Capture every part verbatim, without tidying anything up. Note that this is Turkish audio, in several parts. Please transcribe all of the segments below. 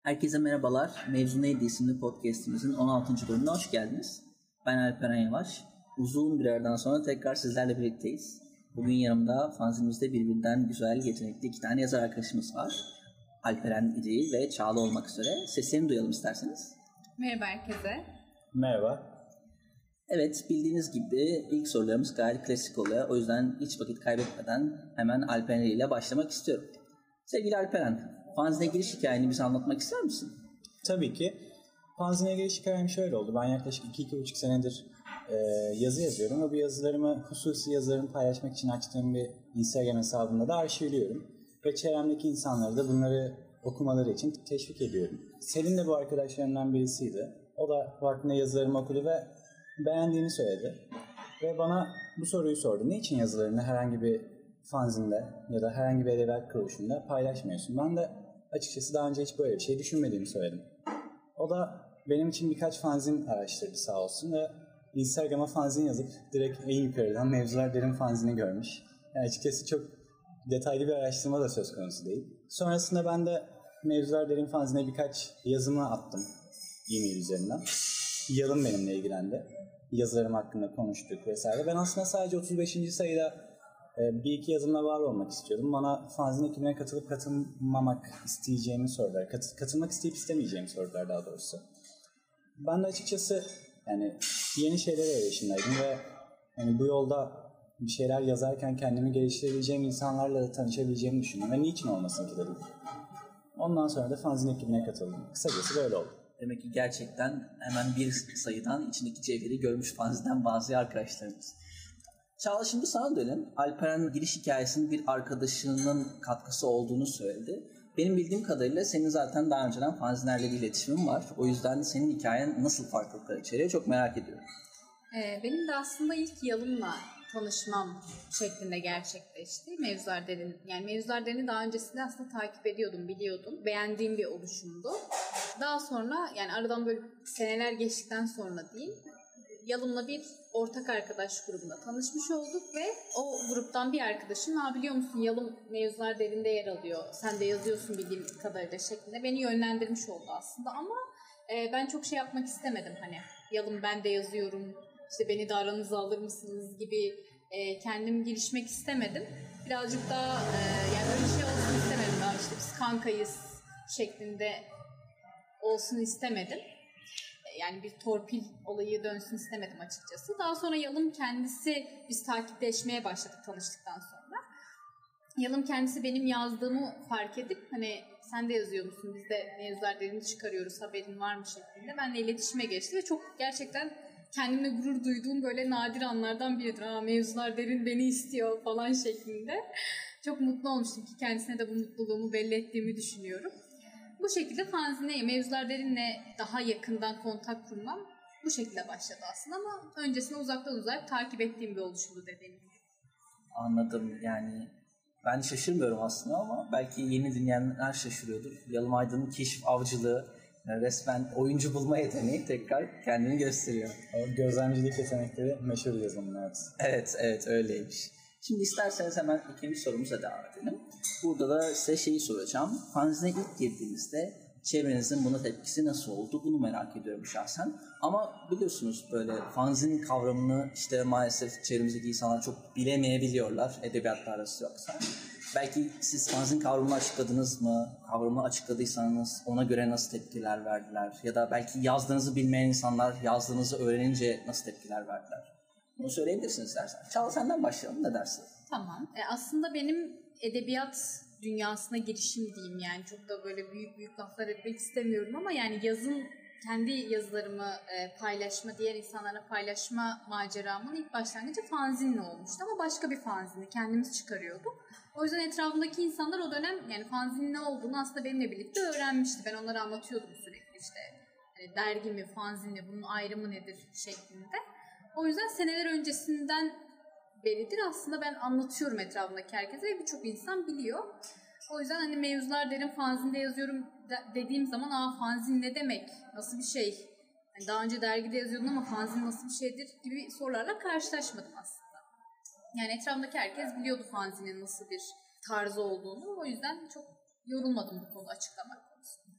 Herkese merhabalar. Mevzu Neydi isimli podcastimizin on altıncı bölümüne hoş geldiniz. Ben Alperen Yavaş. Uzun bir aradan sonra tekrar sizlerle birlikteyiz. Bugün yanımda fanzinimizde birbirinden güzel, yetenekli iki tane yazar arkadaşımız var. Alperen İdil ve Çağla olmak üzere. Seslerini duyalım isterseniz. Merhaba herkese. Merhaba. Evet, bildiğiniz gibi ilk sorularımız gayet klasik oluyor. O yüzden hiç vakit kaybetmeden hemen Alperen ile başlamak istiyorum. Sevgili Alperen, fanzine giriş hikayeni bize anlatmak ister misin? Tabii ki. Fanzine giriş hikayem şöyle oldu. Ben yaklaşık iki iki buçuk senedir e, yazı yazıyorum ve bu yazılarımı hususi yazılarımı paylaşmak için açtığım bir Instagram hesabımda da arşivliyorum. Ve çevremdeki insanları da bunları okumaları için teşvik ediyorum. Selin de bu arkadaşlarımdan birisiydi. O da vaktinde yazılarımı okudu ve beğendiğini söyledi. Ve bana bu soruyu sordu. Niçin yazılarını herhangi bir fanzinde ya da herhangi bir edebiyat kuruluşunda paylaşmıyorsun? Ben de açıkçası daha önce hiç böyle bir şey düşünmediğimi söyledim. O da benim için birkaç fanzin araştırdı sağ olsun ve Instagram'a fanzin yazıp direkt en yukarıdan Mevzular Derin fanzini görmüş. Yani açıkçası çok detaylı bir araştırma da söz konusu değil. Sonrasında ben de Mevzular Derin fanzine birkaç yazımı attım e-mail üzerinden. Yalın benimle ilgilendi. Yazılarım hakkında konuştuk vesaire. Ben aslında sadece otuz beşinci sayıda bir iki yazımla var olmak istiyordum. Bana fanzin ekibine katılıp katılmamak isteyeceğimi sordular. Kat, katılmak isteyip istemeyeceğimi sordular daha doğrusu. Ben de açıkçası yani yeni şeylere erişimdeydim ve yani bu yolda bir şeyler yazarken kendimi geliştirebileceğim insanlarla da tanışabileceğimi düşündüm. Ve niçin olmasın ki dedim. Ondan sonra da fanzin ekibine katıldım. Kısacası böyle oldu. Demek ki gerçekten hemen bir sayıdan içindeki cevheri görmüş fanzinden bazı arkadaşlarımız. Çağla, şimdi sana dönelim. Alperen giriş hikayesinin bir arkadaşının katkısı olduğunu söyledi. Benim bildiğim kadarıyla senin zaten daha önceden fanzinlerle bir iletişimin var. O yüzden senin hikayen nasıl farklılıklar içeriyor çok merak ediyorum. Ee, benim de aslında ilk Yalın'la tanışmam şeklinde gerçekleşti. Mevzular Derin, yani Mevzular Derin'i daha öncesinde aslında takip ediyordum, biliyordum. Beğendiğim bir oluşumdu. Daha sonra yani aradan böyle seneler geçtikten sonra diyeyim, Yalın'la bir ortak arkadaş grubunda tanışmış olduk ve o gruptan bir arkadaşım, ha biliyor musun Yalın Mevzular Derin'de yer alıyor, sen de yazıyorsun bildiğim kadarıyla şeklinde beni yönlendirmiş oldu aslında ama e, ben çok şey yapmak istemedim, hani Yalın ben de yazıyorum, işte beni de aranıza alır mısınız gibi e, kendim girişmek istemedim. Birazcık daha e, yani öyle şey olsun istemedim, daha işte biz kankayız şeklinde olsun istemedim. Yani bir torpil olayı dönsün istemedim açıkçası. Daha sonra Yalın kendisi, biz takipleşmeye başladık tanıştıktan sonra. Yalın kendisi benim yazdığımı fark edip hani sen de yazıyor musun, biz de Mevzular Derin'i çıkarıyoruz, haberin var mı şeklinde benimle iletişime geçti ve çok gerçekten kendimle gurur duyduğum böyle nadir anlardan biridir. Aa, Mevzular Derin beni istiyor falan şeklinde. Çok mutlu olmuştum ki kendisine de bu mutluluğumu belli ettiğimi düşünüyorum. Bu şekilde fanzine, Mevzular Derin'le daha yakından kontak kurmam bu şekilde başladı aslında ama öncesinde uzaktan uzak takip ettiğim bir oluşumdu dediğim gibi. Anladım, yani ben şaşırmıyorum aslında ama belki yeni dinleyenler şaşırıyordur. Yalın Aydın'ın keşif avcılığı, resmen oyuncu bulma yeteneği tekrar kendini gösteriyor. O gözlemcilik yetenekleri meşhur yazımın, evet. Evet, evet öyleymiş. Şimdi isterseniz hemen ikinci sorumuza devam edelim. Burada da size şeyi soracağım. Fanzine ilk girdiğinizde çevrenizin buna tepkisi nasıl oldu? Bunu merak ediyorum şahsen. Ama biliyorsunuz böyle fanzin kavramını işte maalesef çevremizdeki insanlar çok bilemeyebiliyorlar. Edebiyatla arası yoksa. Belki siz fanzin kavramını açıkladınız mı? Kavramı açıkladıysanız ona göre nasıl tepkiler verdiler? Ya da belki yazdığınızı bilmeyen insanlar yazdığınızı öğrenince nasıl tepkiler verdiler? Bunu söyleyebilirsiniz istersen. Çağla, senden başlayalım. Ne dersin? Tamam. E aslında benim edebiyat dünyasına girişim diyeyim, yani çok da böyle büyük büyük laflar etmek istemiyorum ama yani yazın kendi yazılarımı e, paylaşma, diğer insanlarla paylaşma maceramın ilk başlangıcı fanzinle olmuştu ama başka bir fanzini kendimiz çıkarıyorduk. O yüzden etrafımdaki insanlar o dönem yani fanzinin ne olduğunu aslında benimle birlikte öğrenmişti. Ben onlara anlatıyordum sürekli işte hani dergi mi, fanzin mi, bunun ayrımı nedir şeklinde. O yüzden seneler öncesinden beridir aslında ben anlatıyorum etrafımdaki herkese ve birçok insan biliyor. O yüzden hani Mevzular Derin fanzinde yazıyorum dediğim zaman aa fanzin ne demek, nasıl bir şey? Yani daha önce dergide yazıyordum ama fanzin nasıl bir şeydir gibi sorularla karşılaşmadım aslında. Yani etrafımdaki herkes biliyordu fanzinin nasıl bir tarzı olduğunu. O yüzden çok yorulmadım bu konuda açıklamak konusunda.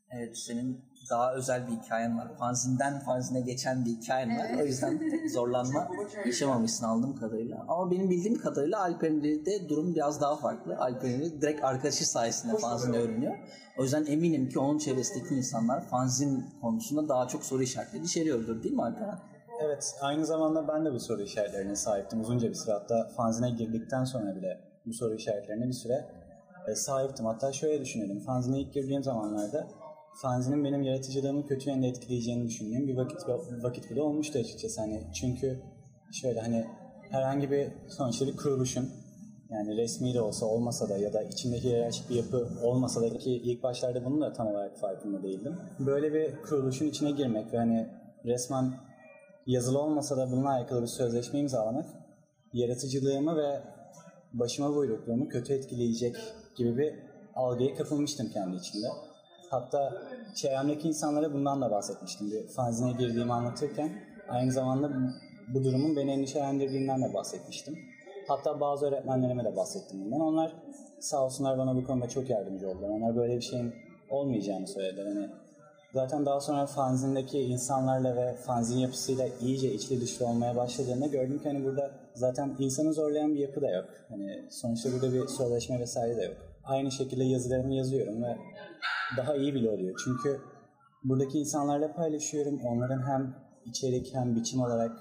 Evet, senin daha özel bir hikayen var. Fanzinden fanzine geçen bir hikayen var. Evet. O yüzden pek zorlanma yaşamamışsın aldığım kadarıyla. Ama benim bildiğim kadarıyla Alperen'de durum biraz daha farklı. Alperen direkt arkadaşı sayesinde fanzini öğreniyor. O yüzden eminim ki onun çevresindeki insanlar fanzin konusunda daha çok soru işaretleri içeriyordur, değil mi Alperen? Evet, aynı zamanda ben de bu soru işaretlerine sahiptim uzunca bir süre. Hatta fanzine girdikten sonra bile bu soru işaretlerine bir süre e, sahiptim. Hatta şöyle düşünüyorum, fanzine ilk girdiğim zamanlarda fanzinin benim yaratıcılığımı kötü yönde etkileyeceğini düşündüğüm bir vakit vakit bile olmuştu açıkçası. Hani çünkü şöyle hani herhangi bir sonuçta bir kuruluşun, yani resmi de olsa olmasa da ya da içindeki hiyerarşik bir yapı olmasa da, ki ilk başlarda bunun da tam olarak farkında değildim. Böyle bir kuruluşun içine girmek ve hani resmen yazılı olmasa da bununla alakalı bir sözleşme imzalamak yaratıcılığımı ve başıma buyrukluğumu kötü etkileyecek gibi bir algıya kapılmıştım kendi içimde. Hatta çevremdeki insanlara bundan da bahsetmiştim. Bir fanzine girdiğimi anlatırken aynı zamanda bu durumun beni endişelendirdiğinden de bahsetmiştim. Hatta bazı öğretmenlerime de bahsettim bundan. Onlar sağ olsunlar bana bu konuda çok yardımcı oldular. Onlar böyle bir şeyin olmayacağını söylediler. Hani zaten daha sonra fanzindeki insanlarla ve fanzin yapısıyla iyice içli dışlı olmaya başladığında gördüm ki hani burada zaten insanı zorlayan bir yapı da yok. Hani sonuçta burada bir sözleşme vesaire de yok. Aynı şekilde yazılarımı yazıyorum ve daha iyi bile oluyor. Çünkü buradaki insanlarla paylaşıyorum. Onların hem içerik hem biçim olarak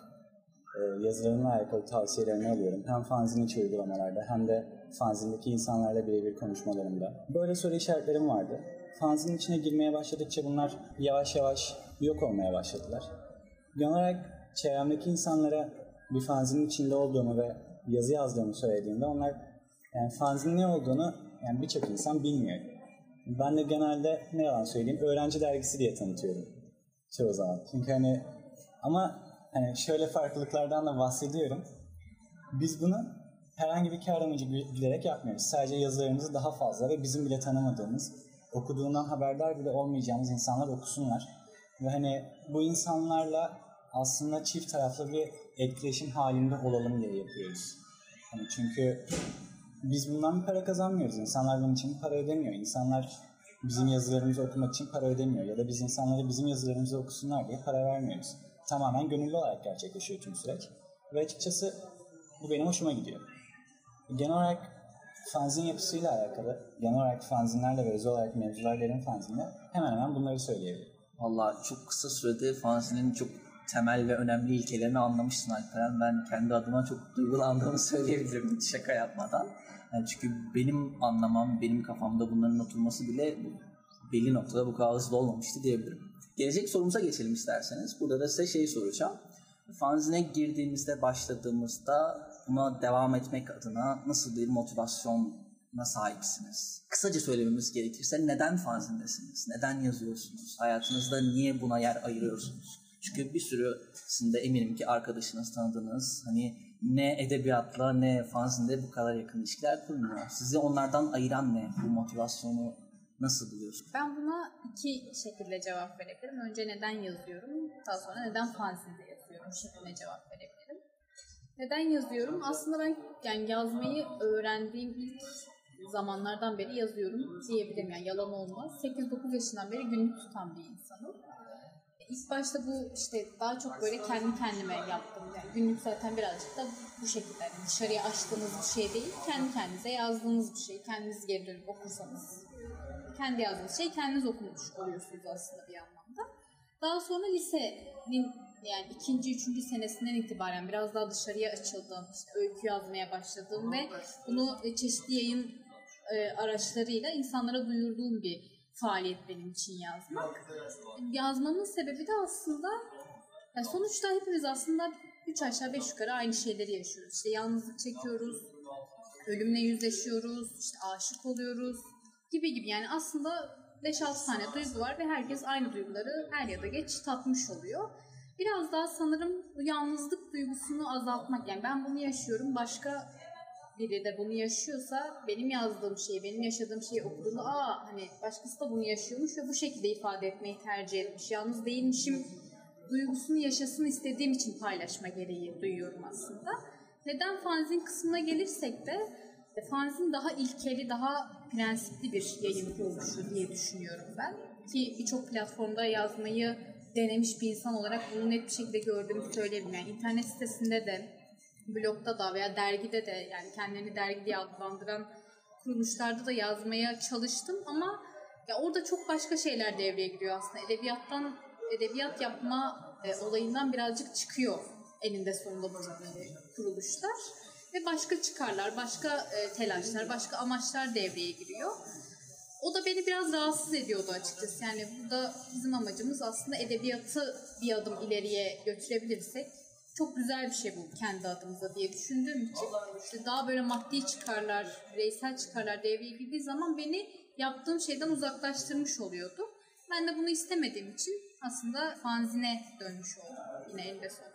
e, yazılarımla alakalı tavsiyelerini alıyorum. Hem fanzin içi uygulamalarda hem de fanzindeki insanlarla birebir konuşmalarımda. Böyle soru işaretlerim vardı. Fanzinin içine girmeye başladıkça bunlar yavaş yavaş yok olmaya başladılar. Genel olarak çevremdeki insanlara bir fanzinin içinde olduğumu ve yazı yazdığımı söylediğimde onlar yani fanzinin ne olduğunu yani birçok insan bilmiyor. Ben de genelde ne yalan söyleyeyim öğrenci dergisi diye tanıtıyorum çoğu zaman. Çünkü hani ama hani şöyle farklılıklardan da bahsediyorum. Biz bunu herhangi bir kar amacı bilerek yapmıyoruz. Sadece yazılarımızı daha fazla ve bizim bile tanımadığımız, okuduğundan haberdar bile olmayacağımız insanlar okusunlar. Ve hani bu insanlarla aslında çift taraflı bir etkileşim halinde olalım diye yapıyoruz. Hani çünkü biz bundan bir para kazanmıyoruz. İnsanlar bunun için para ödemiyor. İnsanlar bizim yazılarımızı okumak için para ödemiyor. Ya da biz insanlara bizim yazılarımızı okusunlar diye para vermiyoruz. Tamamen gönüllü olarak gerçekleşiyor tüm süreç. Ve açıkçası bu benim hoşuma gidiyor. Genel olarak fanzin yapısıyla alakalı, genel olarak fanzinlerle ve özel olarak mevzular derin fanzinle hemen hemen bunları söyleyebilirim. Vallahi çok kısa sürede fanzinin çok temel ve önemli ilkelerini anlamışsın Alperen. Ben kendi adıma çok duygulandığımı söyleyebilirim şaka yapmadan. Yani çünkü benim anlamam, benim kafamda bunların oturması bile belli noktada bu kadar hızlı olmamıştı diyebilirim. Gelecek sorumuza geçelim isterseniz. Burada da size şeyi soracağım. Fanzine girdiğimizde, başladığımızda buna devam etmek adına nasıl bir motivasyona sahipsiniz? Kısaca söylememiz gerekirse neden fanzindesiniz? Neden yazıyorsunuz? Hayatınızda niye buna yer ayırıyorsunuz? Çünkü bir sürüsünde eminim ki arkadaşınız, tanıdığınız hani ne edebiyatla ne fanzinde bu kadar yakın ilişkiler kurmuyor. Sizi onlardan ayıran ne? Bu motivasyonu nasıl buluyorsunuz? Ben buna iki şekilde cevap verebilirim. Önce neden yazıyorum, daha sonra neden fanzinde yazıyorum şeklinde cevap verebilirim. Neden yazıyorum? Aslında ben yani yazmayı öğrendiğim ilk zamanlardan beri yazıyorum diyebilirim. Yani yalan olmaz. sekiz dokuz yaşından beri günlük tutan bir insanım. İlk başta bu işte daha çok böyle kendi kendime yaptım. Yani günlük zaten birazcık da bu şekilde. Yani dışarıya açtığınız bir şey değil, kendi kendinize yazdığınız bir şey. Kendiniz geri dönüp okursanız, kendi yazdığınız şey kendiniz okumuş oluyorsunuz aslında bir anlamda. Daha sonra lisenin yani ikinci, üçüncü senesinden itibaren biraz daha dışarıya açıldım. İşte öykü yazmaya başladım ve bunu çeşitli yayın e, araçlarıyla insanlara duyurduğum bir faaliyet benim için yazmak. Yazmamın sebebi de aslında yani sonuçta hepimiz aslında üç aşağı beş yukarı aynı şeyleri yaşıyoruz. İşte yalnızlık çekiyoruz, ölümle yüzleşiyoruz, işte aşık oluyoruz gibi gibi. Yani aslında beş altı tane duygu var ve herkes aynı duyguları er ya da geç tatmış oluyor. Biraz daha sanırım bu yalnızlık duygusunu azaltmak. Yani ben bunu yaşıyorum, başka biri de bunu yaşıyorsa benim yazdığım şeyi, benim yaşadığım şeyi okuduğunda aa hani başkası da bunu yaşıyormuş ve bu şekilde ifade etmeyi tercih etmiş. Yalnız değilmişim duygusunu yaşasın istediğim için paylaşma gereği duyuyorum aslında. Neden fanzin kısmına gelirsek de fanzin daha ilkeli, daha prensipli bir yayın kuruluşu diye düşünüyorum ben. ki birçok platformda yazmayı denemiş bir insan olarak bunu net bir şekilde gördüğümü söyleyebilirim. Yani internet sitesinde de, blogda da veya dergide de, yani kendilerini dergi diye adlandıran kuruluşlarda da yazmaya çalıştım ama ya orada çok başka şeyler devreye giriyor aslında. Edebiyattan, edebiyat yapma e, olayından birazcık çıkıyor eninde sonunda bulundukları kuruluşlar. Ve başka çıkarlar, başka e, telaşlar, başka amaçlar devreye giriyor. O da beni biraz rahatsız ediyordu açıkçası. Yani burada bizim amacımız aslında edebiyatı bir adım ileriye götürebilirsek çok güzel bir şey bu kendi adımıza diye düşündüğüm için işte daha böyle maddi çıkarlar, bireysel çıkarlar devreye girdiği zaman beni yaptığım şeyden uzaklaştırmış oluyordu. Ben de bunu istemediğim için aslında fanzine dönmüş oldum yine eninde sonunda.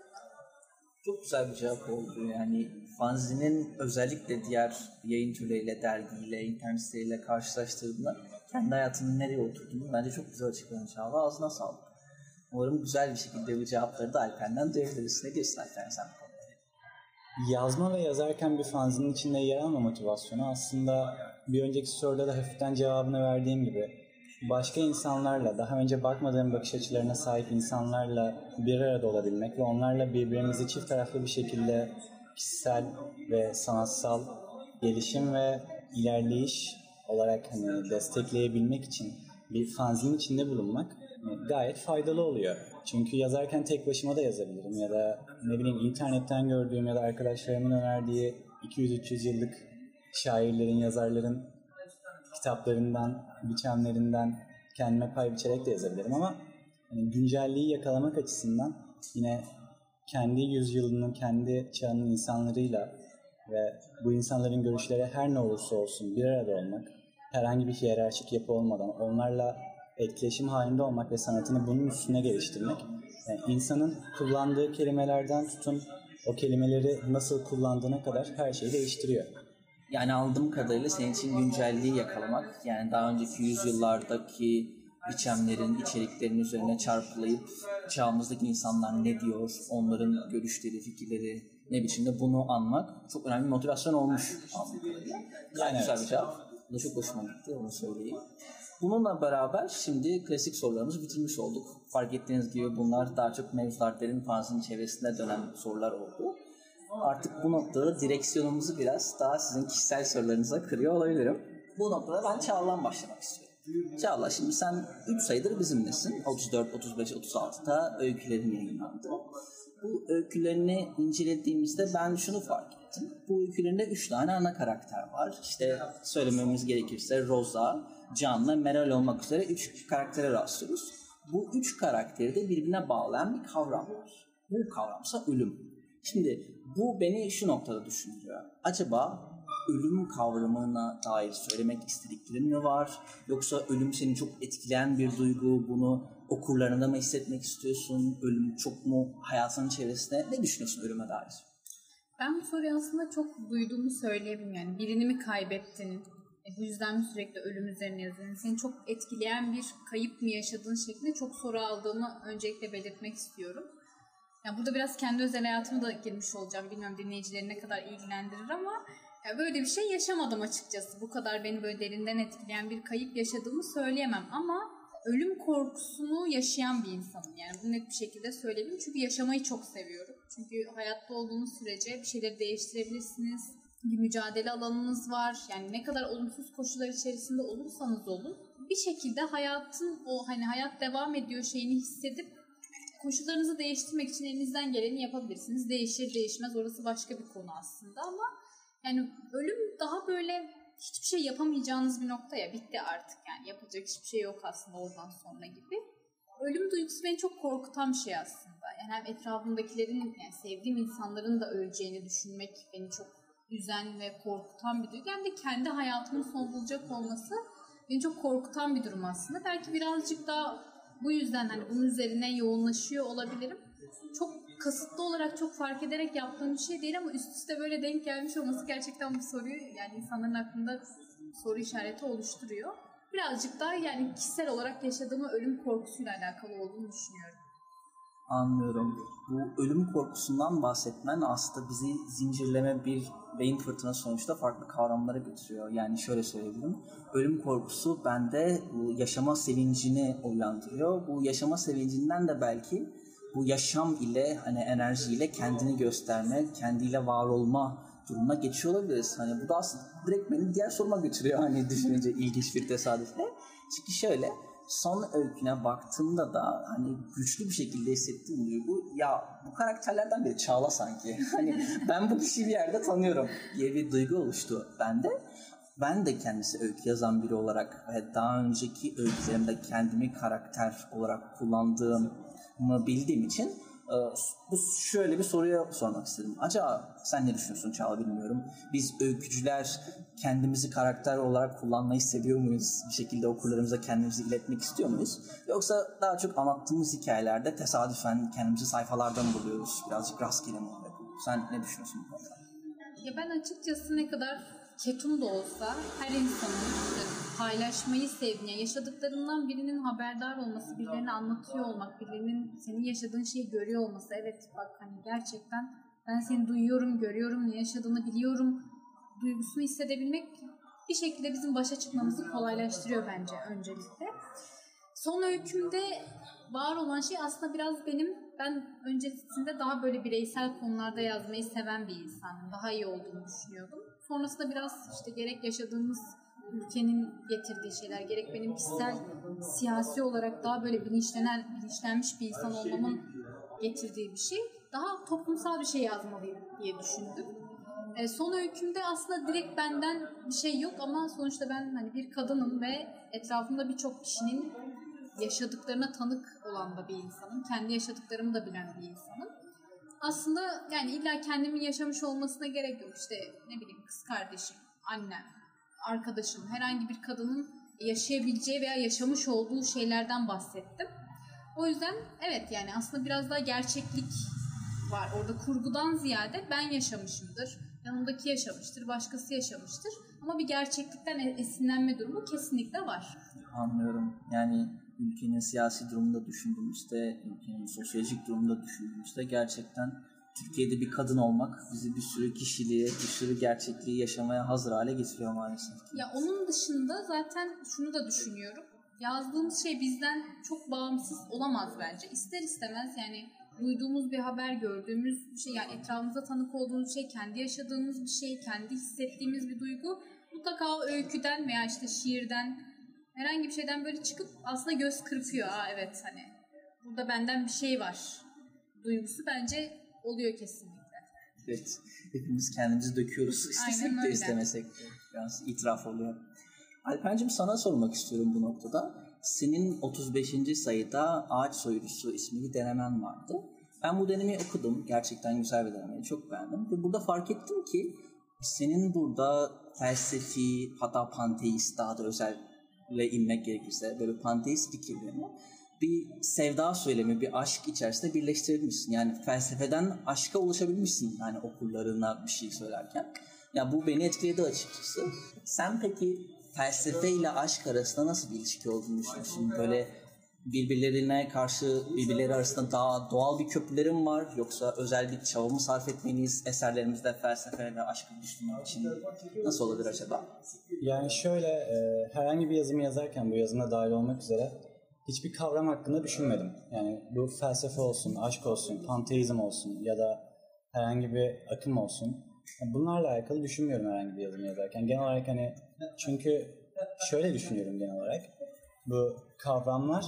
Çok güzel bir cevap oldu. Yani fanzinin özellikle diğer yayın türleriyle, dergiyle, internet siteleriyle karşılaştırdığında kendi hayatının nereye oturduğunu bence çok güzel açıkladın Çağla. Ağzına sağlık. Umarım güzel bir şekilde bu cevapları da Alper'den duyabiliriz. Ne diyorsun Alper sen bu konuda? Yazma ve yazarken bir fanzinin içinde yer alma motivasyonu aslında bir önceki soruda da hafiften cevabını verdiğim gibi başka insanlarla, daha önce bakmadığım bakış açılarına sahip insanlarla bir arada olabilmek ve onlarla birbirimizi çift taraflı bir şekilde kişisel ve sanatsal gelişim ve ilerleyiş olarak hani destekleyebilmek için bir fanzinin içinde bulunmak gayet faydalı oluyor. Çünkü yazarken tek başıma da yazabilirim ya da ne bileyim internetten gördüğüm ya da arkadaşlarımın önerdiği iki yüz üç yüz yıllık şairlerin, yazarların kitaplarından, biçimlerinden kendime pay biçerek de yazabilirim ama yani güncelliği yakalamak açısından yine kendi yüzyılının, kendi çağının insanlarıyla ve bu insanların görüşleri her ne olursa olsun bir arada olmak, herhangi bir hiyerarşik yapı olmadan onlarla etkileşim halinde olmak ve sanatını bunun üstüne geliştirmek, yani insanın kullandığı kelimelerden tutun o kelimeleri nasıl kullandığına kadar her şeyi değiştiriyor. Yani anladığım kadarıyla senin için güncelliği yakalamak, yani daha önceki yüzyıllardaki biçimlerin, içeriklerin üzerine çarpılayıp çağımızdaki insanlar ne diyor, onların görüşleri, fikirleri ne biçimde bunu anmak çok önemli bir motivasyon olmuş anladığım kadarıyla. Yani güzel bir cevap. Bu da çok hoşuma gitti, onu söyleyeyim. Bununla beraber şimdi klasik sorularımızı bitirmiş olduk. Fark ettiğiniz gibi bunlar daha çok Mevzular Derin fanzinin çevresinde dönen sorular oldu. Artık bu noktada direksiyonumuzu biraz daha sizin kişisel sorularınıza kırıyor olabilirim. Bu noktada ben Çağla'dan başlamak istiyorum. Çağla, şimdi sen üç sayıdır bizimlesin. otuz dört, otuz beş, otuz altıda öykülerin yayınlandı. Bu öykülerini incelediğimizde ben şunu fark ettim. Bu öykülerinde üç tane ana karakter var. İşte söylememiz gerekirse Rosa, Can ve Meral olmak üzere üç karaktere rastlıyoruz. Bu üç karakteri de birbirine bağlayan bir kavram var. Bu kavramsa ölüm. Şimdi bu beni şu noktada düşündürüyor. Acaba ölüm kavramına dair söylemek istediklerin mi var? Yoksa ölüm seni çok etkileyen bir duygu, bunu okurlarında mı hissetmek istiyorsun? Ölüm çok mu hayatının çevresinde? Ne düşünüyorsun ölüme dair? Ben bu soruyu aslında çok duyduğumu söyleyebilirim. Yani birini mi kaybettin? E, bu yüzden mi sürekli ölüm üzerine yazıyorsun? Seni çok etkileyen bir kayıp mı yaşadığın şeklinde çok soru aldığımı öncelikle belirtmek istiyorum. Yani burada biraz kendi özel hayatıma da girmiş olacağım. Bilmiyorum dinleyicileri ne kadar ilgilendirir ama yani böyle bir şey yaşamadım açıkçası. Bu kadar beni böyle derinden etkileyen bir kayıp yaşadığımı söyleyemem ama ölüm korkusunu yaşayan bir insanım. Yani bunu net bir şekilde söyleyebilirim. Çünkü yaşamayı çok seviyorum. Çünkü hayatta olduğunuz sürece bir şeyleri değiştirebilirsiniz. Bir mücadele alanınız var. Yani ne kadar olumsuz koşullar içerisinde olursanız olun bir şekilde hayatın o hani hayat devam ediyor şeyini hissedip koşullarınızı değiştirmek için elinizden geleni yapabilirsiniz. Değişir değişmez orası başka bir konu aslında ama yani ölüm daha böyle hiçbir şey yapamayacağınız bir nokta ya, bitti artık yani yapacak hiçbir şey yok aslında oradan sonra gibi. Ölüm duygusu beni çok korkutan bir şey aslında. Yani hem etrafımdakilerin, yani sevdiğim insanların da öleceğini düşünmek beni çok üzen ve korkutan bir duygu. Hem de kendi hayatımın son bulacak olması beni çok korkutan bir durum aslında. Belki birazcık daha bu yüzden hani bunun üzerine yoğunlaşıyor olabilirim. Çok kasıtlı olarak, çok fark ederek yaptığım bir şey değil ama üst üste böyle denk gelmiş olması gerçekten bu soruyu yani insanların aklında soru işareti oluşturuyor. Birazcık daha yani kişisel olarak yaşadığım ölüm korkusuyla alakalı olduğunu düşünüyorum. Anlıyorum. Bu ölüm korkusundan bahsetmen aslında bizi zincirleme bir beyin fırtınası sonuçta farklı kavramlara götürüyor. Yani şöyle söyleyebilirim. Ölüm korkusu bende bu yaşama sevincini uyandırıyor. Bu yaşama sevincinden de belki bu yaşam ile hani enerjiyle kendini gösterme, kendiyle var olma durumuna geçiyor olabiliriz. Hani bu da aslında direkt beni diğer soruma götürüyor hani düşününce ilginç bir tesadüfle. Çünkü şöyle son öyküne baktığımda da hani güçlü bir şekilde hissettiğim duygu ya bu karakterlerden biri Çağla sanki. Hani ben bu kişiyi bir yerde tanıyorum diye bir duygu oluştu bende. Ben de kendisi öykü yazan biri olarak ve daha önceki öykülerimde kendimi karakter olarak kullandığımı bildiğim için bu şöyle bir soruya sormak istedim. Acaba sen ne düşünüyorsun Çağla bilmiyorum. Biz öykücüler kendimizi karakter olarak kullanmayı seviyor muyuz? Bir şekilde okurlarımıza kendimizi iletmek istiyor muyuz? Yoksa daha çok anlattığımız hikayelerde tesadüfen kendimizi sayfalardan buluyoruz. Birazcık rastgele mi oluyor? Sen ne düşünüyorsun bu konuda? Ya ben açıkçası ne kadar ketum da olsa her insanın paylaşmayı sevdiğini, yaşadıklarından birinin haberdar olması, birilerine anlatıyor olmak, birilerinin senin yaşadığın şeyi görüyor olması. Evet bak hani gerçekten ben seni duyuyorum, görüyorum, ne yaşadığını biliyorum duygusunu hissedebilmek bir şekilde bizim başa çıkmamızı kolaylaştırıyor bence öncelikle. Son öykümde var olan şey aslında biraz benim, ben öncesinde daha böyle bireysel konularda yazmayı seven bir insanım. Daha iyi olduğunu düşünüyordum. Sonrasında biraz işte gerek yaşadığımız ülkenin getirdiği şeyler, gerek benim kişisel siyasi olarak daha böyle bilinçlenen, bilinçlenmiş bir insan olmamın getirdiği bir şey. Daha toplumsal bir şey yazmalıyım diye düşündüm. E, son öykümde aslında direkt benden bir şey yok ama sonuçta ben hani bir kadınım ve etrafımda birçok kişinin yaşadıklarına tanık olan da bir insanım. Kendi yaşadıklarımı da bilen bir insanım. Aslında yani illa kendimin yaşamış olmasına gerek yok. İşte ne bileyim kız kardeşim, annem, arkadaşım, herhangi bir kadının yaşayabileceği veya yaşamış olduğu şeylerden bahsettim. O yüzden evet yani aslında biraz daha gerçeklik var. Orada kurgudan ziyade ben yaşamışımdır, yanımdaki yaşamıştır, başkası yaşamıştır. Ama bir gerçeklikten esinlenme durumu kesinlikle var. Anlıyorum. Yani ülkenin siyasi durumunda düşündüğümüzde, ülkenin sosyolojik durumunda düşündüğümüzde gerçekten Türkiye'de bir kadın olmak bizi bir sürü kişiliğe, bir sürü gerçekliği yaşamaya hazır hale getiriyor maalesef. Ya onun dışında zaten şunu da düşünüyorum. Yazdığımız şey bizden çok bağımsız olamaz bence. İster istemez yani duyduğumuz bir haber, gördüğümüz bir şey, yani etrafımıza tanık olduğumuz şey, kendi yaşadığımız bir şey, kendi hissettiğimiz bir duygu mutlaka o öyküden veya işte şiirden, herhangi bir şeyden böyle çıkıp aslında göz kırpıyor. Aa evet hani burada benden bir şey var duygusu bence oluyor kesinlikle. Evet. Hepimiz kendimizi döküyoruz. İstesek de istemesek de. Biraz itiraf oluyor. Alper'cim sana sormak istiyorum bu noktada. Senin otuz beşinci sayıda Ağaç Soyucusu ismi bir denemen vardı. Ben bu denemeyi okudum. Gerçekten güzel bir denemeyi. Çok beğendim. Ve burada fark ettim ki senin burada felsefi, hatta panteist, daha da özelle inmek gerekirse böyle panteist fikirlerini bir sevda söylemi, bir aşk içerisinde birleştirebilmişsin. Yani felsefeden aşka ulaşabilmişsin yani okurlarına bir şey söylerken. Ya bu beni etkiledi açıkçası. Sen peki felsefe ile aşk arasında nasıl bir ilişki olduğunu düşünüyorsun? Böyle birbirlerine karşı, birbirleri arasında daha doğal bir köprülerim var, yoksa özel bir çaba mı sarf etmeliyiz eserlerimizde felsefe ve aşkı düşünmek için? Nasıl olabilir acaba? Yani şöyle, e, herhangi bir yazımı yazarken bu yazına dahil olmak üzere hiçbir kavram hakkında düşünmedim. Yani bu felsefe olsun, aşk olsun, panteizm olsun ya da herhangi bir akım olsun. Yani bunlarla alakalı düşünmüyorum herhangi bir yazımı yazarken. Genel olarak hani çünkü şöyle düşünüyorum genel olarak. Bu kavramlar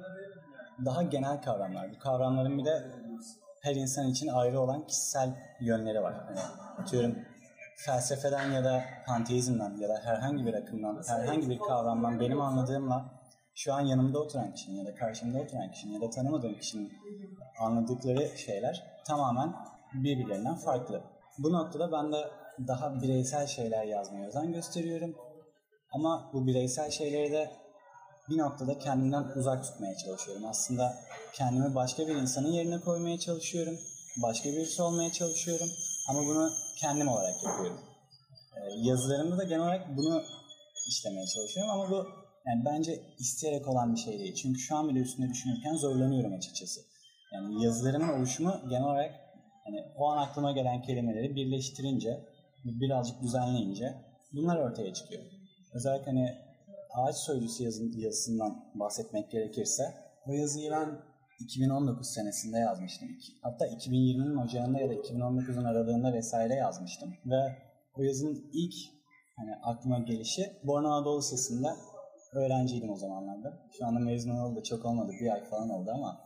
daha genel kavramlar. Bu kavramların bir de her insan için ayrı olan kişisel yönleri var. Yani atıyorum felsefeden ya da panteizmden ya da herhangi bir akımdan, herhangi bir kavramdan benim anladığımla şu an yanımda oturan kişinin ya da karşımda oturan kişinin ya da tanımadığım kişinin anladıkları şeyler tamamen birbirlerinden farklı. Bu noktada ben de daha bireysel şeyler yazmaya özen gösteriyorum. Ama bu bireysel şeyleri de bir noktada kendimden uzak tutmaya çalışıyorum. Aslında kendimi başka bir insanın yerine koymaya çalışıyorum. Başka birisi olmaya çalışıyorum. Ama bunu kendim olarak yapıyorum. Ee, yazılarımda da genel olarak bunu işlemeye çalışıyorum. Ama bu yani bence isteyerek olan bir şey değil. Çünkü şu an bile üstünde düşünürken zorlanıyorum açıkçası. Yani yazılarımın oluşumu genel olarak hani o an aklıma gelen kelimeleri birleştirince, birazcık düzenleyince bunlar ortaya çıkıyor. Özellikle hani ağaç soylusu yazı, yazısından bahsetmek gerekirse o yazıyı ben iki bin on dokuz senesinde yazmıştım. Hatta iki bin yirminin ocağında ya da iki bin on dokuzun aralığında vesaire yazmıştım. Ve o yazının ilk hani aklıma gelişi Bornova Anadolu Lisesi'nde öğrenciydim o zamanlarda. Şu anda mezun olalı da çok olmadı, bir ay falan oldu ama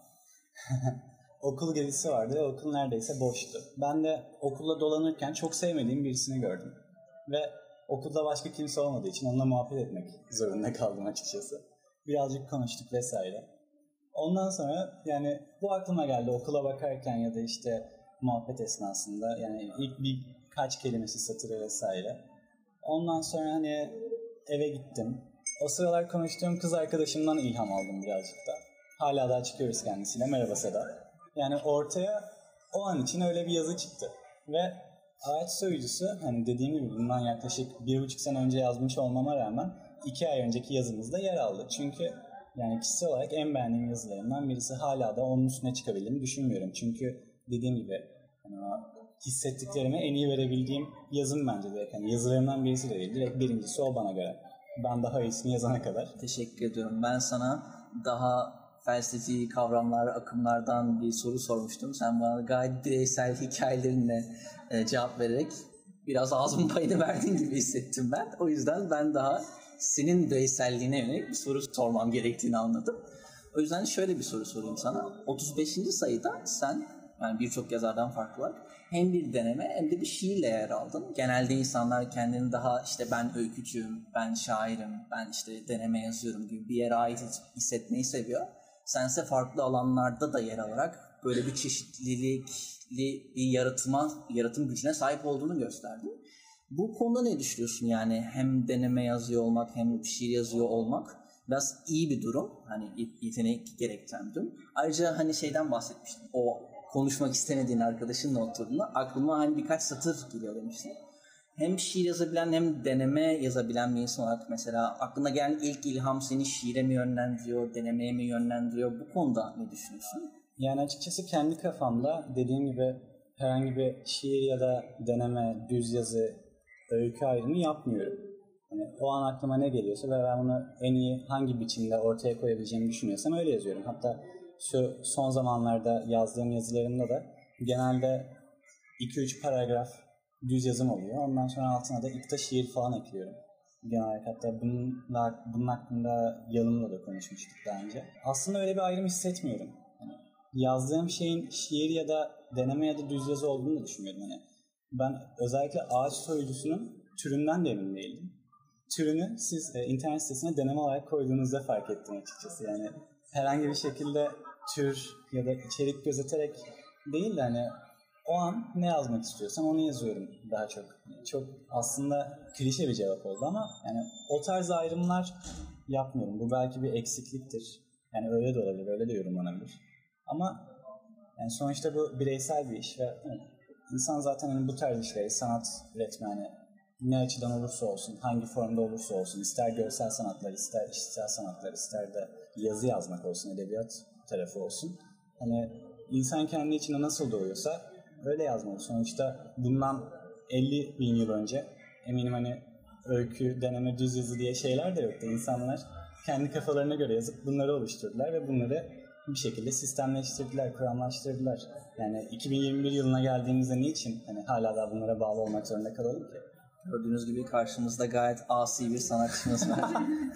okul gezisi vardı ve okul neredeyse boştu. Ben de okulda dolanırken çok sevmediğim birisini gördüm. Ve okulda başka kimse olmadığı için onunla muhabbet etmek zorunda kaldım açıkçası. Birazcık konuştuk vesaire. Ondan sonra yani bu aklıma geldi okula bakarken ya da işte muhabbet esnasında, yani ilk birkaç kelimesi, satırı vesaire. Ondan sonra hani eve gittim. O sıralar konuştuğum kız arkadaşımdan ilham aldım birazcık da. Hala daha çıkıyoruz kendisiyle. Merhaba Seda. Yani ortaya o an için öyle bir yazı çıktı. Ve ağaç soyucusu, hani dediğim gibi bundan yaklaşık bir buçuk sene önce yazmış olmama rağmen iki ay önceki yazımızda yer aldı. Çünkü yani kişisel olarak en beğendiğim yazılarımdan birisi, hala da onun üstüne çıkabildiğimi düşünmüyorum. Çünkü dediğim gibi hani hissettiklerimi en iyi verebildiğim yazım bence direkt. Yani yazılarımdan birisi de değil. Direkt birincisi o bana göre. Ben daha iyisini yazana kadar. Teşekkür ediyorum. Ben sana daha felsefi kavramlar, akımlardan bir soru sormuştum. Sen bana gayet bireysel hikayelerinle e, cevap vererek biraz ağzımın payını verdiğin gibi hissettim ben. O yüzden ben daha senin bireyselliğine yönelik bir soru sormam gerektiğini anladım. O yüzden şöyle bir soru sorayım sana. otuz beşinci sayıda sen, yani birçok yazardan farklı olarak, hem bir deneme hem de bir şiirle yer aldın. Genelde insanlar kendini daha işte ben öykücüyüm, ben şairim, ben işte deneme yazıyorum gibi bir yere ait hissetmeyi seviyor. Sense farklı alanlarda da yer alarak böyle bir çeşitlilikli bir yaratıma, yaratım gücüne sahip olduğunu gösterdin. Bu konuda ne düşünüyorsun? Yani hem deneme yazıyor olmak hem şiir yazıyor olmak biraz iyi bir durum. Hani yetenek gerektiren bir durum. Ayrıca hani şeyden bahsetmiştim. O konuşmak istemediğin arkadaşınla oturduğunda aklıma hani birkaç satır geliyor demiştin. Hem şiir yazabilen hem deneme yazabilen bir insan olarak mesela aklına gelen ilk ilham seni şiire mi yönlendiriyor, denemeye mi yönlendiriyor? Bu konuda ne düşünüyorsun? Yani açıkçası kendi kafamda dediğim gibi herhangi bir şiir ya da deneme, düz yazı, öykü ayrımı yapmıyorum. Yani o an aklıma ne geliyorsa ve ben bunu en iyi hangi biçimde ortaya koyabileceğimi düşünüyorsam öyle yazıyorum. Hatta şu son zamanlarda yazdığım yazılarımda da genelde iki üç paragraf düz yazım oluyor. Ondan sonra altına da ikta şiir falan ekliyorum. Genel olarak hatta bununla, bunun hakkında Yalın'la da konuşmuştuk daha önce. Aslında öyle bir ayrım hissetmiyorum. Yani yazdığım şeyin şiir ya da deneme ya da düz yazı olduğunu da düşünmüyorum. Yani ben özellikle ağaç soyucusunun türünden de emin değildim. Türünü siz e, internet sitesine deneme olarak koyduğunuzda fark ettim açıkçası. Yani herhangi bir şekilde tür ya da içerik gözeterek değil de hani o an ne yazmak istiyorsam onu yazıyorum daha çok. Çok aslında klişe bir cevap oldu ama yani o tarz ayrımlar yapmıyorum. Bu belki bir eksikliktir. Yani öyle de olabilir, öyle de yorumlanabilir. Ama yani sonuçta bu bireysel bir iş ve yani insan zaten hani bu tarz işleri, sanat üretme, hani ne açıdan olursa olsun, hangi formda olursa olsun, ister görsel sanatlar, ister işitsel sanatlar, ister de yazı yazmak olsun, edebiyat tarafı olsun. Hani insan kendi içinde nasıl doğuyorsa öyle yazmalı. Sonuçta bundan elli bin yıl önce eminim hani öykü, deneme, düz yazı diye şeyler de yoktu. İnsanlar kendi kafalarına göre yazıp bunları oluşturdular ve bunları bir şekilde sistemleştirdiler, kuramlaştırdılar. Yani iki bin yirmi bir yılına geldiğimizde niçin hani hala da bunlara bağlı olmak zorunda kalalım ki? Gördüğünüz gibi karşımızda gayet asi bir sanatçımız var.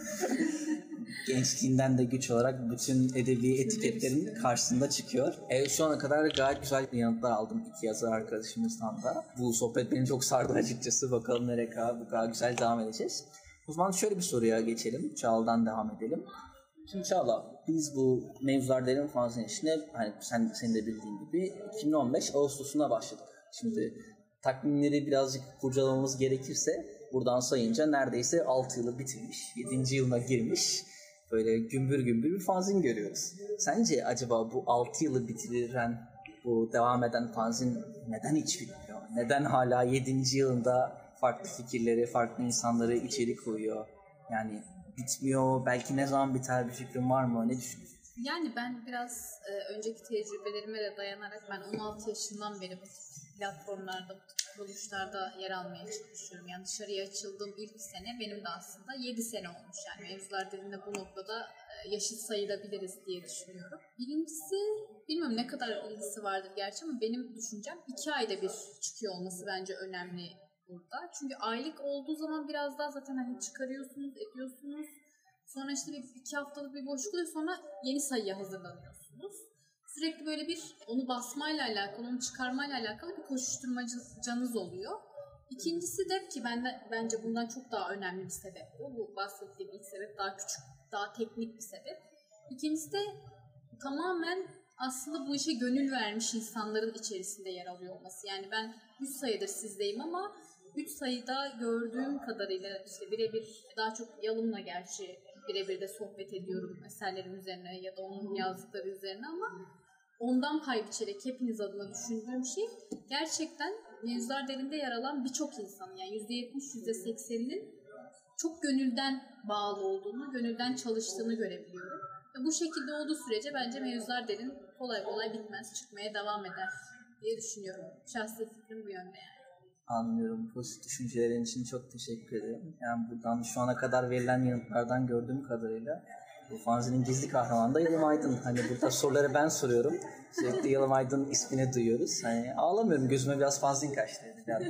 Gençliğinden de güç olarak bütün edebi etiketlerin karşısında çıkıyor. Evet, şu ana kadar gayet güzel yanıtlar aldım iki yazar arkadaşımızdan da. Bu sohbet beni çok sardı açıkçası. Bakalım nereye kadar bu kadar güzel devam edeceğiz. O zaman şöyle bir soruya geçelim. Çağla'dan devam edelim. Şimdi Çağla, biz bu Mevzular Derin fanzine işine hani sen, senin de bildiğin gibi iki bin on beş Ağustos'una başladık. Şimdi takvimleri birazcık kurcalamamız gerekirse buradan sayınca neredeyse altı yılı bitirmiş, yedinci yılına girmiş, böyle gümbür gümbür bir fanzin görüyoruz. Sence acaba bu altı yılı bitiren, bu devam eden fanzin neden hiç bitmiyor? Neden hala yedinci yılında farklı fikirleri, farklı insanları içeri koyuyor? Yani bitmiyor, belki ne zaman biter bir fikrin var mı? Ne düşünüyorsun? Yani ben biraz e, önceki tecrübelerime de dayanarak ben on altı yaşından beri bu platformlarda, bu kuruluşlarda yer almaya çalışıyorum. Yani dışarıya açıldığım ilk sene benim de aslında yedi sene olmuş. Yani mevzular dediğinde bu noktada e, yaşıt sayılabiliriz diye düşünüyorum. Birincisi, bilmiyorum ne kadar ilgisi vardır gerçi ama benim düşüncem iki ayda bir çıkıyor olması bence önemli burada. Çünkü aylık olduğu zaman biraz daha zaten hani çıkarıyorsunuz, ediyorsunuz. Sonra işte bir iki haftalık bir boşluk oluyor, sonra yeni sayıya hazırlanıyorsunuz. Sürekli böyle bir onu basmayla alakalı, onu çıkarmayla alakalı bir koşuşturmacanız oluyor. İkincisi de ki bende, bence bundan çok daha önemli bir sebep bu. Bu bahsettiğim ilk sebep daha küçük, daha teknik bir sebep. İkincisi de tamamen aslında bu işe gönül vermiş insanların içerisinde yer alıyor olması. Yani ben üç sayıdır sizdeyim ama üç sayıda gördüğüm kadarıyla işte birebir, daha çok Yalın'la gerçi birebir de sohbet ediyorum eserlerim üzerine ya da onun yazdıkları üzerine ama ondan pay biçerek hepiniz adına düşündüğüm şey gerçekten Mevzular Derin'de yer alan birçok insan, yani yüzde yetmiş yüzde sekseninin çok gönülden bağlı olduğunu, gönülden çalıştığını görebiliyorum. Ve bu şekilde olduğu sürece bence Mevzular Derin kolay kolay bitmez, çıkmaya devam eder diye düşünüyorum. Şahsi fikrim bu yönde yani. Anlıyorum. Pozitif düşüncelerin için çok teşekkür ederim. Yani buradan şu ana kadar verilen yanıtlardan gördüğüm kadarıyla bu fanzinin gizli kahramanı da Yalım Aydın. Hani burada soruları ben soruyorum. Sürekli Yalım Aydın ismini duyuyoruz. Hani ağlamıyorum. Gözüme biraz fanzin kaçtı.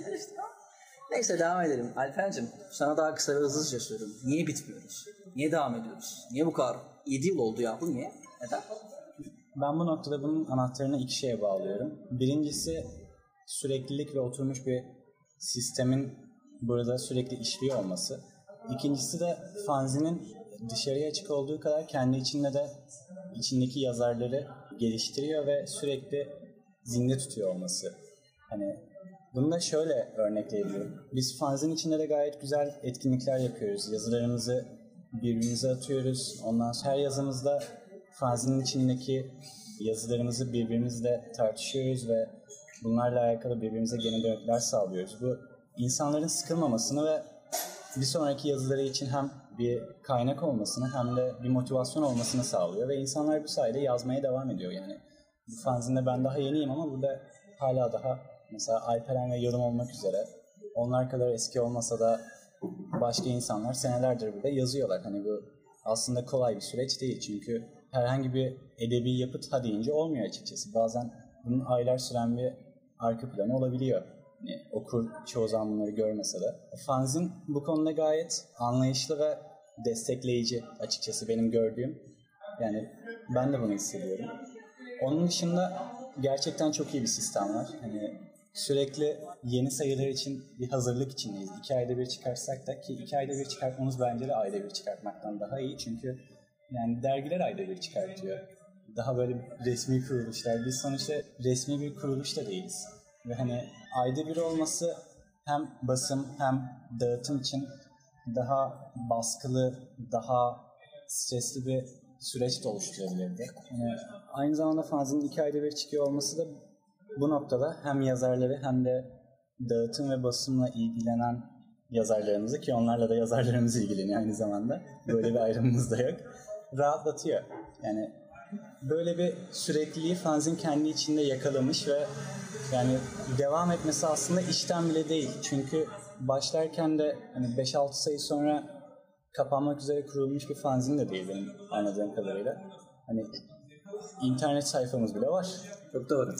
Neyse devam edelim. Alper'cim sana daha kısa ve hızlıca soruyorum. Niye bitmiyoruz? Niye devam ediyoruz? Niye bu kadar? yedi yıl oldu ya. Bu niye? Neden? Ben bu noktada bunun anahtarını iki şeye bağlıyorum. Birincisi süreklilik ve oturmuş bir sistemin burada sürekli işliyor olması. İkincisi de fanzinin dışarıya açık olduğu kadar kendi içinde de içindeki yazarları geliştiriyor ve sürekli zinde tutuyor olması. Hani bunu da şöyle örnekleyebilirim. Biz fanzin içinde de gayet güzel etkinlikler yapıyoruz. Yazılarımızı birbirimize atıyoruz. Ondan sonra her yazımızda fanzinin içindeki yazılarımızı birbirimizle tartışıyoruz ve bunlarla alakalı birbirimize geri dönütler sağlıyoruz. Bu insanların sıkılmamasını ve bir sonraki yazıları için hem bir kaynak olmasını hem de bir motivasyon olmasını sağlıyor ve insanlar bu sayede yazmaya devam ediyor. Yani bu fanzinde ben daha yeniyim ama burada hala daha mesela Alperen ve Yalım olmak üzere onlar kadar eski olmasa da başka insanlar senelerdir burada yazıyorlar. Hani bu aslında kolay bir süreç değil çünkü herhangi bir edebi yapıt ha deyince olmuyor açıkçası. Bazen bunun aylar süren bir arka planı olabiliyor. Yani okur çoğu zaman bunları görmese de. Fanzin bu konuda gayet anlayışlı ve destekleyici açıkçası benim gördüğüm. Yani ben de bunu hissediyorum. Onun dışında gerçekten çok iyi bir sistem var. Hani sürekli yeni sayılar için bir hazırlık içindeyiz. İki ayda bir çıkarsak da ki iki ayda bir çıkartmamız bence de ayda bir çıkartmaktan daha iyi. Çünkü yani dergiler ayda bir çıkartıyor. Daha böyle resmi kuruluşlar. Biz sonuçta resmi bir kuruluş da değiliz. Ve hani ayda bir olması hem basım hem dağıtım için daha baskılı, daha stresli bir süreç de oluşturabilirdi. Yani aynı zamanda fanzinin iki ayda bir çıkıyor olması da bu noktada hem yazarları hem de dağıtım ve basımla ilgilenen yazarlarımızı, ki onlarla da yazarlarımız ilgileniyor aynı zamanda. Böyle bir ayrımımız da yok. Rahatlatıyor. Yani böyle bir sürekliliği fanzin kendi içinde yakalamış ve yani devam etmesi aslında işten bile değil. Çünkü başlarken de hani beş altı sayı sonra kapanmak üzere kurulmuş bir fanzin de değil benim anladığım kadarıyla. Hani internet sayfamız bile var. Çok doğru.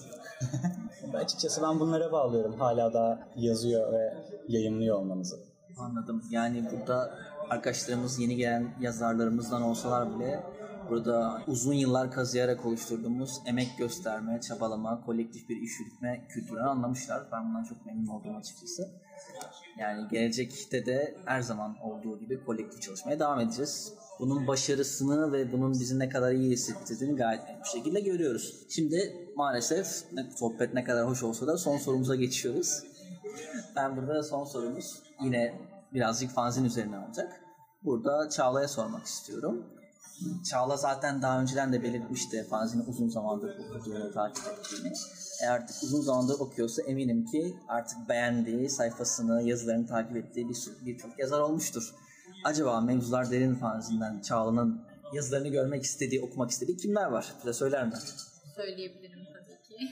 Açıkçası ben bunlara bağlıyorum hala da yazıyor ve yayımlıyor olmamızı. Anladım. Yani burada arkadaşlarımız, yeni gelen yazarlarımızdan olsalar bile burada uzun yıllar kazıyarak oluşturduğumuz emek gösterme, çabalama, kolektif bir iş yürütme kültürünü anlamışlar. Ben bundan çok memnun oldum açıkçası. Yani gelecekte de her zaman olduğu gibi kolektif çalışmaya devam edeceğiz. Bunun başarısını ve bunun bizi ne kadar iyi hissettirdiğini gayet net bir şekilde görüyoruz. Şimdi maalesef sohbet ne kadar hoş olsa da son sorumuza geçiyoruz. Ben burada son sorumuz yine birazcık fanzin üzerine olacak. Burada Çağla'ya sormak istiyorum. Çağla zaten daha önceden de belirtmişti fanzini uzun zamandır okuduğunu, takip ettiğini. E artık uzun zamandır okuyorsa eminim ki artık beğendiği, sayfasını, yazılarını takip ettiği birçok bir yazar olmuştur. Acaba Mevzular Derin fanzinden Çağla'nın yazılarını görmek istediği, okumak istediği kimler var? Bize söyler mi? Söyleyebilirim tabii ki.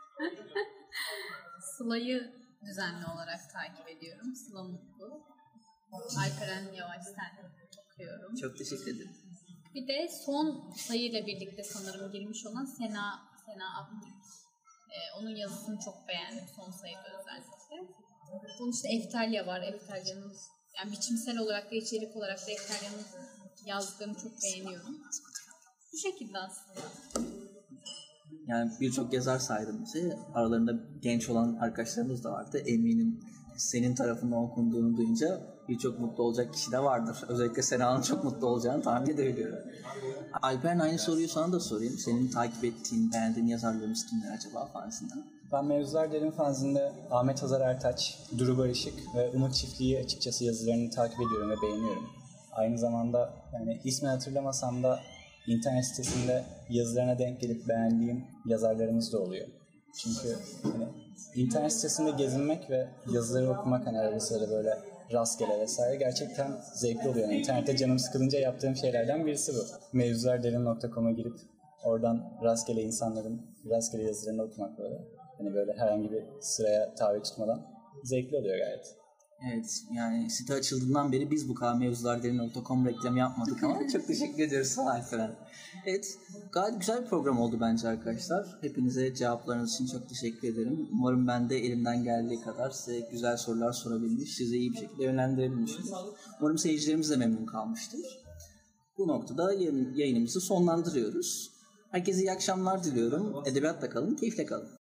Sıla'yı düzenli olarak takip ediyorum. Sıla Mutlu. Alperen Yavaş'tan okuyorum. Çok teşekkür ederim. Bir de son sayıyla birlikte sanırım girmiş olan Sena Sena Abdül. Ee, onun yazısını çok beğendim son sayıda özellikle. Bunun işte Eftalya var. Eftalya'nın yani biçimsel olarak da içerik olarak da Eftalya'nın yazdıklarını çok beğeniyorum. Bu şekilde aslında. Yani birçok yazar saydım bize. Aralarında genç olan arkadaşlarımız da vardı. Eminim senin tarafından okunduğunu duyunca birçok mutlu olacak kişi de vardır. Özellikle Sena'nın çok mutlu olacağını tahmin edebiliyorum. Alperen, aynı soruyu sana da sorayım. Senin takip ettiğin, beğendiğin yazarlarımız kimler acaba fanzinden? Ben Mevzular Derin fanzinde Ahmet Hazar Ertaç, Duru Barışık ve Umut Çiftliği açıkçası yazılarını takip ediyorum ve beğeniyorum. Aynı zamanda yani ismini hatırlamasam da internet sitesinde yazılarına denk gelip beğendiğim yazarlarımız da oluyor. Çünkü hani internet sitesinde gezinmek ve yazıları okumak hani arada sırada böyle rastgele vesaire gerçekten zevkli oluyor. Yani internette canım sıkılınca yaptığım şeylerden birisi bu. mevzularderin nokta com'a girip oradan rastgele insanların rastgele yazılarını okumak böyle. Hani böyle herhangi bir sıraya tabi tutmadan zevkli oluyor gayet. Evet, yani site açıldığından beri biz bu kadar mevzularderin nokta com reklamı yapmadık ama çok teşekkür ediyoruz sana Alperen. Evet, gayet güzel bir program oldu bence arkadaşlar. Hepinize cevaplarınız için çok teşekkür ederim. Umarım ben de elimden geldiği kadar size güzel sorular sorabilmiş, sizi iyi bir şekilde yönlendirebilmişim. Umarım seyircilerimiz de memnun kalmıştır. Bu noktada yayınımızı sonlandırıyoruz. Herkese iyi akşamlar diliyorum. Edebiyatla kalın, keyifle kalın.